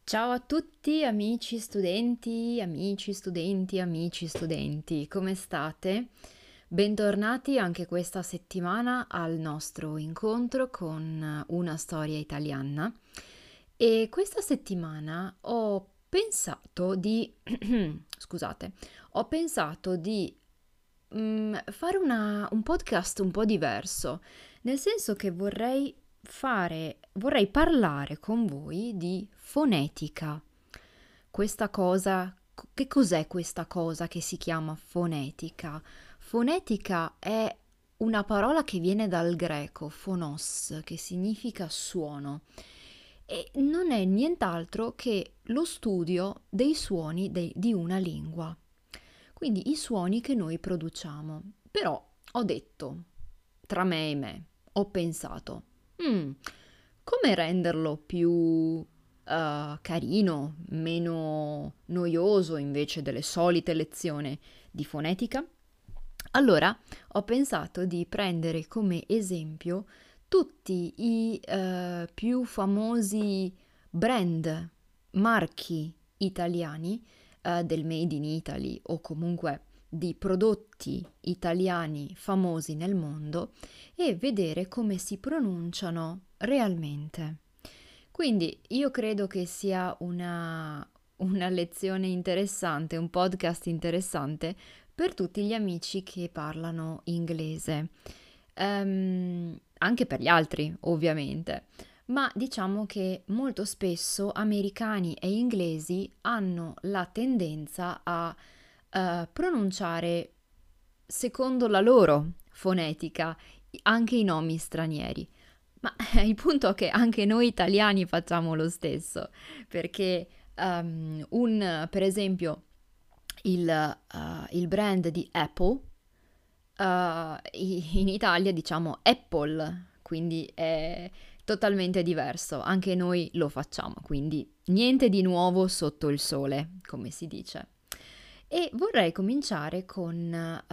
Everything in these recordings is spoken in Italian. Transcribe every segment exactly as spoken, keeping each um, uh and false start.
Ciao a tutti amici studenti, amici studenti, amici studenti, come state? Bentornati anche questa settimana al nostro incontro con una storia italiana e questa settimana ho pensato di, scusate, ho pensato di mm, fare una- un podcast un po' diverso, nel senso che vorrei fare, vorrei parlare con voi di fonetica. Questa cosa, che cos'è questa cosa che si chiama fonetica? Fonetica è una parola che viene dal greco phonos, che significa suono, e non è nient'altro che lo studio dei suoni dei- di una lingua. Quindi i suoni che noi produciamo. Però ho detto, tra me e me, ho pensato, "Mm, come renderlo più eh, carino, meno noioso invece delle solite lezioni di fonetica?" Allora ho pensato di prendere come esempio tutti i eh, più famosi brand, marchi italiani eh, del Made in Italy o comunque di prodotti italiani famosi nel mondo e vedere come si pronunciano realmente. Quindi io credo che sia una, una lezione interessante, un podcast interessante per tutti gli amici che parlano inglese. Ehm, anche per gli altri, ovviamente. Ma diciamo che molto spesso americani e inglesi hanno la tendenza a eh, pronunciare secondo la loro fonetica anche i nomi stranieri. Ma il punto è che anche noi italiani facciamo lo stesso, perché um, un, per esempio il, uh, il brand di Apple, uh, in Italia diciamo Apple, quindi è totalmente diverso, anche noi lo facciamo, quindi niente di nuovo sotto il sole, come si dice. E vorrei cominciare con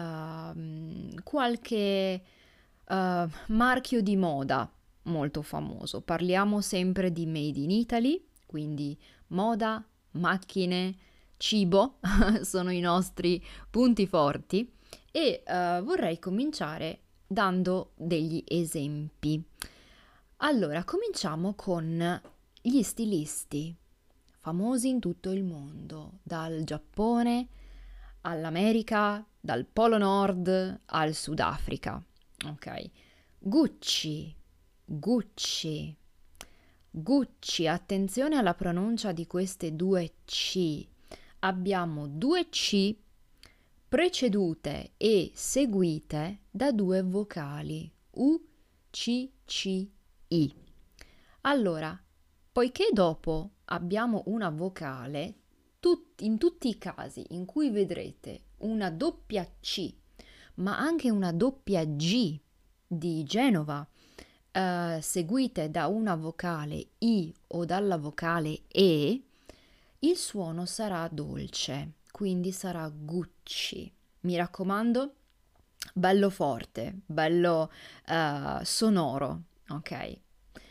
uh, qualche uh, marchio di moda molto famoso. Parliamo sempre di Made in Italy, quindi moda, macchine, cibo sono i nostri punti forti e uh, vorrei cominciare dando degli esempi. Allora, cominciamo con gli stilisti famosi in tutto il mondo, dal Giappone all'America, dal Polo Nord al Sudafrica. Ok. Gucci, Gucci, Gucci, attenzione alla pronuncia di queste due C. Abbiamo due C precedute e seguite da due vocali U, C, C, I. Allora, poiché dopo abbiamo una vocale, tut- in tutti i casi in cui vedrete una doppia C, ma anche una doppia G di Genova, eh, seguite da una vocale I o dalla vocale E, il suono sarà dolce, quindi sarà Gucci. Mi raccomando, bello forte, bello eh, sonoro, ok?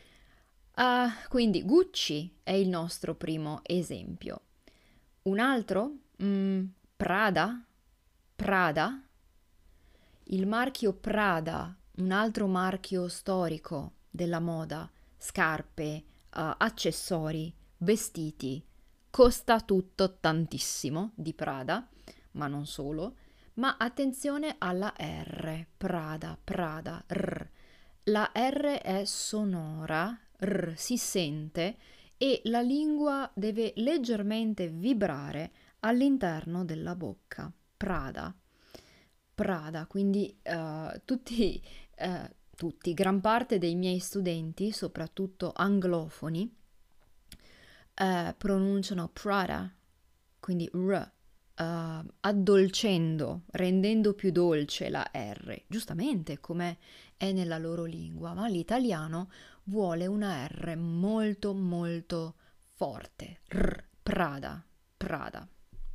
Ah, quindi Gucci è il nostro primo esempio. Un altro? Mm, Prada? Prada? Il marchio Prada, un altro marchio storico della moda, scarpe, eh, accessori, vestiti, costa tutto tantissimo di Prada, ma non solo. Ma attenzione alla R, Prada, Prada, R. La R è sonora, R si sente e la lingua deve leggermente vibrare all'interno della bocca. Prada. Prada, quindi eh, tutti, eh, tutti, gran parte dei miei studenti, soprattutto anglofoni, eh, pronunciano Prada, quindi R, eh, addolcendo, rendendo più dolce la R, giustamente come è nella loro lingua, ma l'italiano vuole una R molto molto forte. R, Prada, Prada.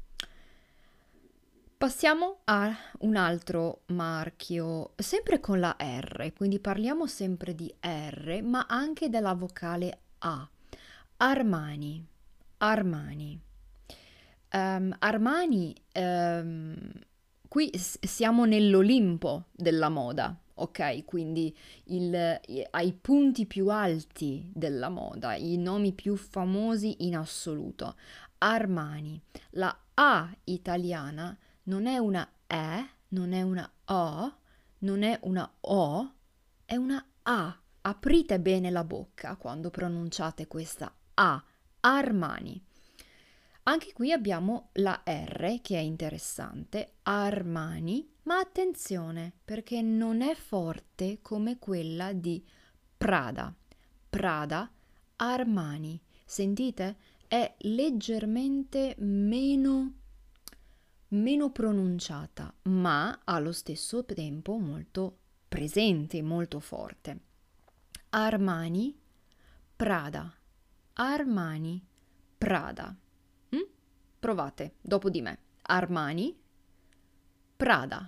Passiamo a un altro marchio, sempre con la R, quindi parliamo sempre di R, ma anche della vocale A. Armani, Armani. Um, Armani, um, qui s- siamo nell'Olimpo della moda, ok? Quindi il- i- ai punti più alti della moda, i nomi più famosi in assoluto. Armani. La A italiana non è una E, non è una O, non è una O, è una A. Aprite bene la bocca quando pronunciate questa A. Armani. Anche qui abbiamo la R che è interessante, Armani, ma attenzione perché non è forte come quella di Prada. Prada, Armani. Sentite? È leggermente meno, meno pronunciata, ma allo stesso tempo molto presente, molto forte. Armani, Prada. Armani, Prada. Mm? Provate dopo di me. Armani, Prada.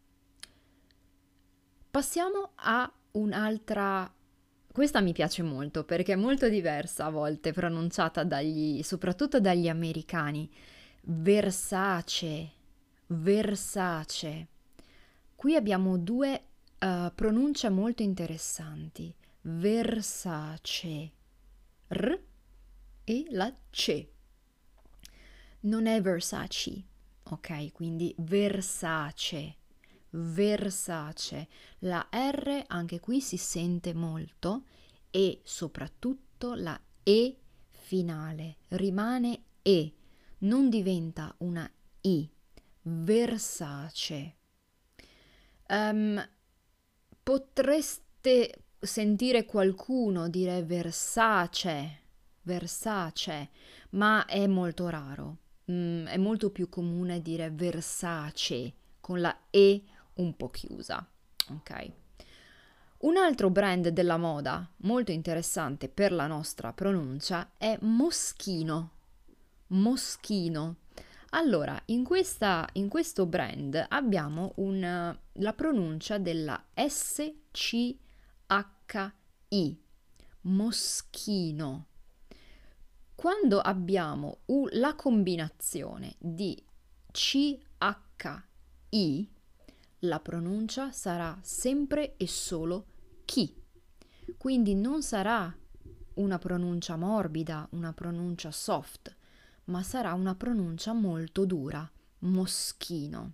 Passiamo a un'altra. Questa mi piace molto perché è molto diversa a volte pronunciata dagli, soprattutto dagli americani. Versace, Versace. Qui abbiamo due uh, pronunce molto interessanti. Versace, R e la C. Non è Versace, ok? Quindi Versace, Versace. La R anche qui si sente molto e soprattutto la E finale rimane E, non diventa una I. Versace. Um, potreste sentire qualcuno dire Versace, Versace, ma è molto raro. Mm, è molto più comune dire Versace con la E un po' chiusa. Ok. Un altro brand della moda molto interessante per la nostra pronuncia è Moschino. Moschino. Allora, in, questa, in questo brand abbiamo un, la pronuncia della S C H I, Moschino. Quando abbiamo u- la combinazione di C H I, la pronuncia sarà sempre e solo chi. Quindi non sarà una pronuncia morbida, una pronuncia soft, ma sarà una pronuncia molto dura, Moschino.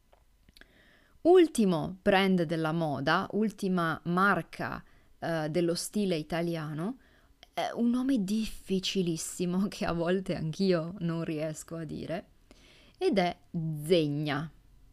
Ultimo brand della moda, ultima marca eh, dello stile italiano, è un nome difficilissimo che a volte anch'io non riesco a dire, ed è Zegna.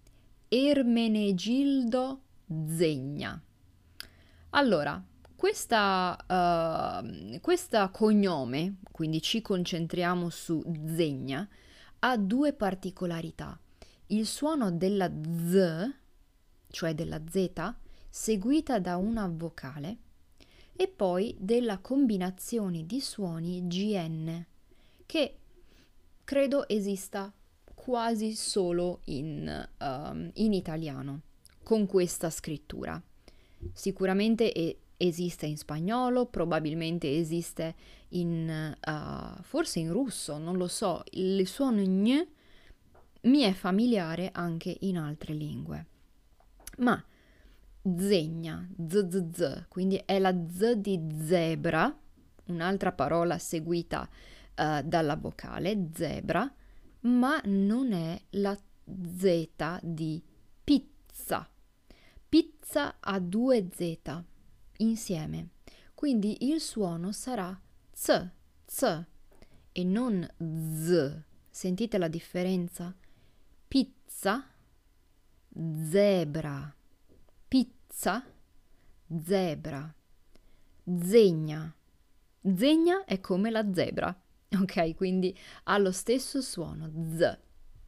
Ermenegildo Zegna. Allora, questa, uh, questa cognome, quindi ci concentriamo su Zegna, ha due particolarità. Il suono della Z, cioè della Z, seguita da una vocale, e poi della combinazione di suoni G N, che credo esista quasi solo in, um, in italiano, con questa scrittura. Sicuramente è, esiste in spagnolo, probabilmente esiste in, uh, forse in russo, non lo so. Il suono gn mi è familiare anche in altre lingue. Ma Zegna, z, z, z, quindi è la Z di zebra, un'altra parola seguita uh, dalla vocale, zebra, ma non è la Z di pizza. Pizza ha due Z insieme, quindi il suono sarà z, z e non z. Sentite la differenza? Pizza, zebra. Pizza, zebra. Zegna. Zegna è come la zebra, ok? Quindi ha lo stesso suono, z.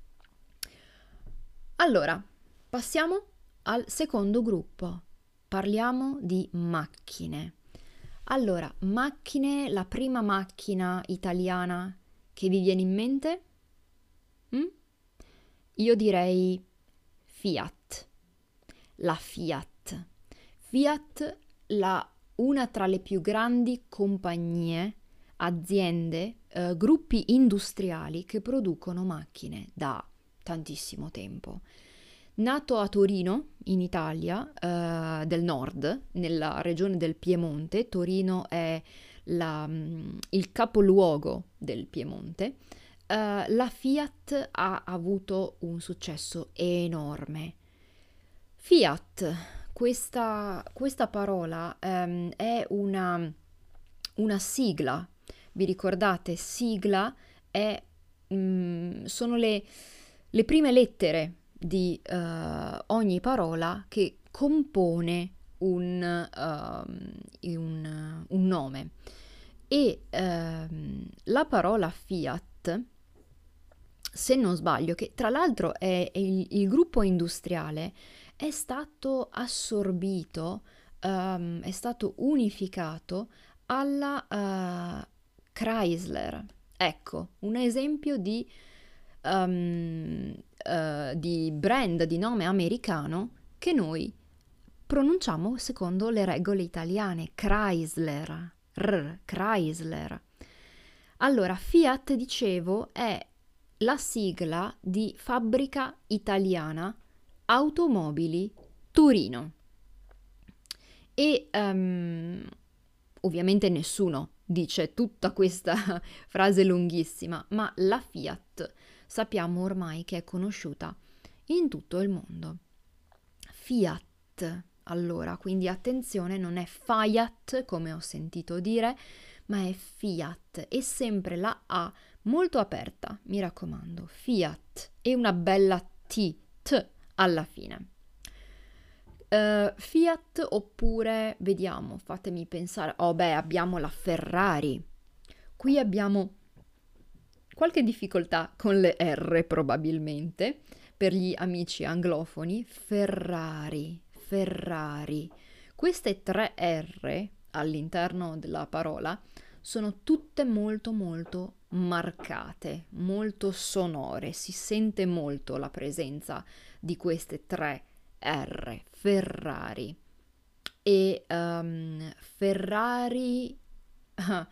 Allora, passiamo al secondo gruppo. Parliamo di macchine. Allora, macchine, la prima macchina italiana che vi viene in mente? Mm? Io direi Fiat. La Fiat. Fiat, la, una tra le più grandi compagnie, aziende eh, gruppi industriali che producono macchine da tantissimo tempo. Nato a Torino, in Italia, eh, del nord, nella regione del Piemonte. Torino è la, mm, il capoluogo del Piemonte. Eh, la Fiat ha avuto un successo enorme. Fiat, questa, questa parola ehm, è una, una sigla. Vi ricordate? Sigla è, mm, sono le, le prime lettere di eh, ogni parola che compone un, ehm, un, un nome. E ehm, la parola Fiat, se non sbaglio, che tra l'altro è, è il, il gruppo industriale, è stato assorbito, ehm, è stato unificato alla eh, Chrysler. Ecco, un esempio di, ehm, eh, di brand, di nome americano che noi pronunciamo secondo le regole italiane. Chrysler, R, Chrysler. Allora, Fiat, dicevo, è la sigla di Fabbrica Italiana Automobili Torino. E um, ovviamente nessuno dice tutta questa frase lunghissima, ma la Fiat sappiamo ormai che è conosciuta in tutto il mondo. Fiat, allora, quindi attenzione, non è Fiat come ho sentito dire, ma è Fiat, e sempre la A molto aperta, mi raccomando, Fiat, e una bella T, T alla fine. Uh, Fiat, oppure, vediamo, fatemi pensare, oh beh, abbiamo la Ferrari. Qui abbiamo qualche difficoltà con le R probabilmente, per gli amici anglofoni. Ferrari, Ferrari. Queste tre R all'interno della parola sono tutte molto molto marcate, molto sonore, si sente molto la presenza di queste tre R, Ferrari. E um, Ferrari, uh,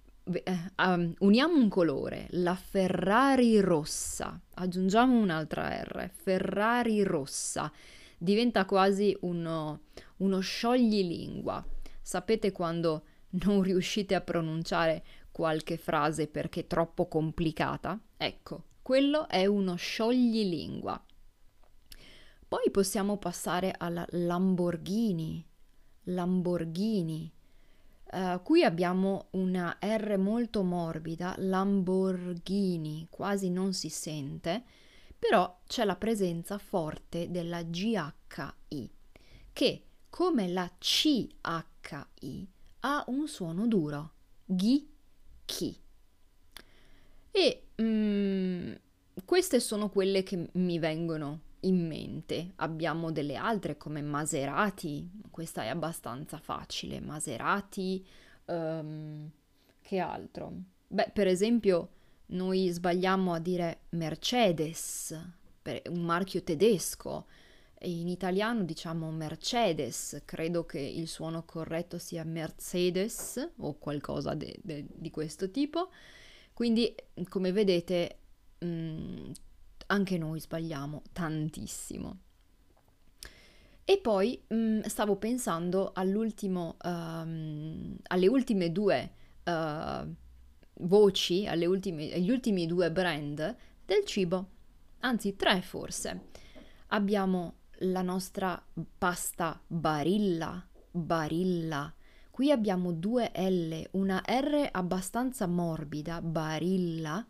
um, uniamo un colore, la Ferrari rossa, aggiungiamo un'altra R, Ferrari rossa, diventa quasi uno, uno scioglilingua. Sapete quando non riuscite a pronunciare qualche frase perché è troppo complicata? Ecco, quello è uno scioglilingua. Poi possiamo passare alla Lamborghini. Lamborghini. Uh, qui abbiamo una R molto morbida, Lamborghini, quasi non si sente, però c'è la presenza forte della G H I, che come la C H I ha un suono duro, ghi, chi. E mm, queste sono quelle che mi vengono in mente. Abbiamo delle altre come Maserati, questa è abbastanza facile. Maserati, um, che altro? Beh, per esempio, noi sbagliamo a dire Mercedes, per un marchio tedesco. In italiano diciamo Mercedes, credo che il suono corretto sia Mercedes o qualcosa de- de- di questo tipo. Quindi, come vedete, mh, anche noi sbagliamo tantissimo. E poi mh, stavo pensando all'ultimo, um, alle ultime due uh, voci, alle ultime, agli ultimi due brand del cibo, anzi tre forse. Abbiamo la nostra pasta Barilla, Barilla. Qui abbiamo due L, una R abbastanza morbida, Barilla,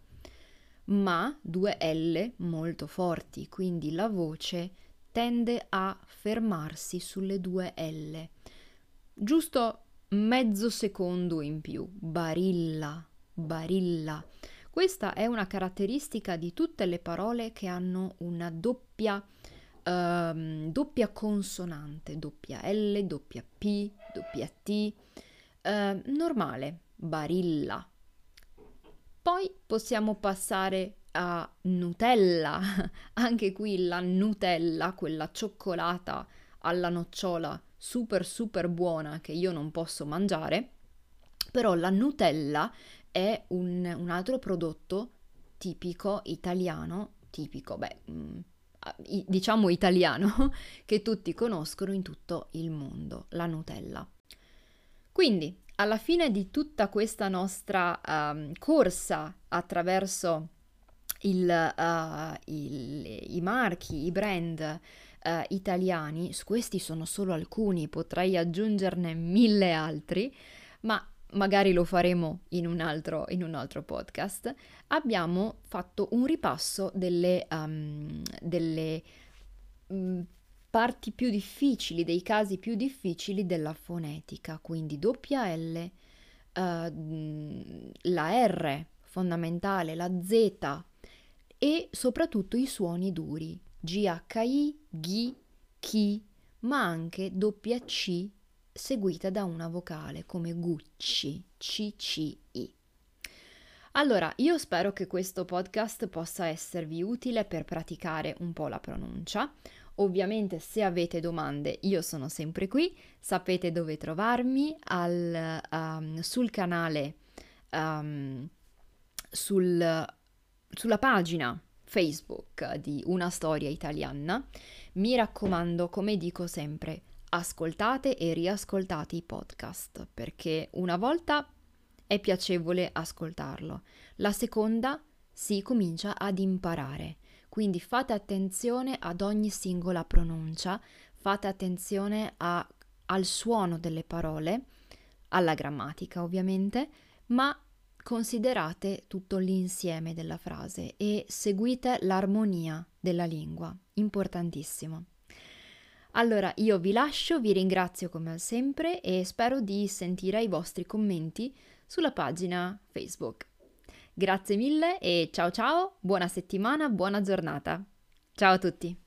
ma due L molto forti, quindi la voce tende a fermarsi sulle due L. Giusto mezzo secondo in più. Barilla, Barilla. Questa è una caratteristica di tutte le parole che hanno una doppia, ehm, doppia consonante, doppia L, doppia P, doppia T. Eh, normale, Barilla. Poi possiamo passare a Nutella, anche qui la Nutella, quella cioccolata alla nocciola super super buona che io non posso mangiare, però la Nutella è un, un altro prodotto tipico italiano, tipico, beh, mh, diciamo italiano, che tutti conoscono in tutto il mondo, la Nutella. Quindi, alla fine di tutta questa nostra um, corsa attraverso il, uh, il, i marchi, i brand uh, italiani, questi sono solo alcuni, potrei aggiungerne mille altri, ma magari lo faremo in un altro, in un altro podcast. Abbiamo fatto un ripasso delle, um, delle um, parti più difficili, dei casi più difficili della fonetica, quindi doppia L, uh, la R fondamentale, la Z e soprattutto i suoni duri, G H I, G, chi, ma anche doppia C seguita da una vocale come Gucci, C C I. Allora, io spero che questo podcast possa esservi utile per praticare un po' la pronuncia. Ovviamente se avete domande io sono sempre qui, sapete dove trovarmi, al, um, sul canale, um, sul, sulla pagina Facebook di Una Storia Italiana. Mi raccomando, come dico sempre, ascoltate e riascoltate i podcast, perché una volta è piacevole ascoltarlo, la seconda si comincia ad imparare. Quindi fate attenzione ad ogni singola pronuncia, fate attenzione a, al suono delle parole, alla grammatica ovviamente, ma considerate tutto l'insieme della frase e seguite l'armonia della lingua, importantissimo. Allora io vi lascio, vi ringrazio come sempre e spero di sentire i vostri commenti sulla pagina Facebook. Grazie mille e ciao ciao, buona settimana, buona giornata. Ciao a tutti!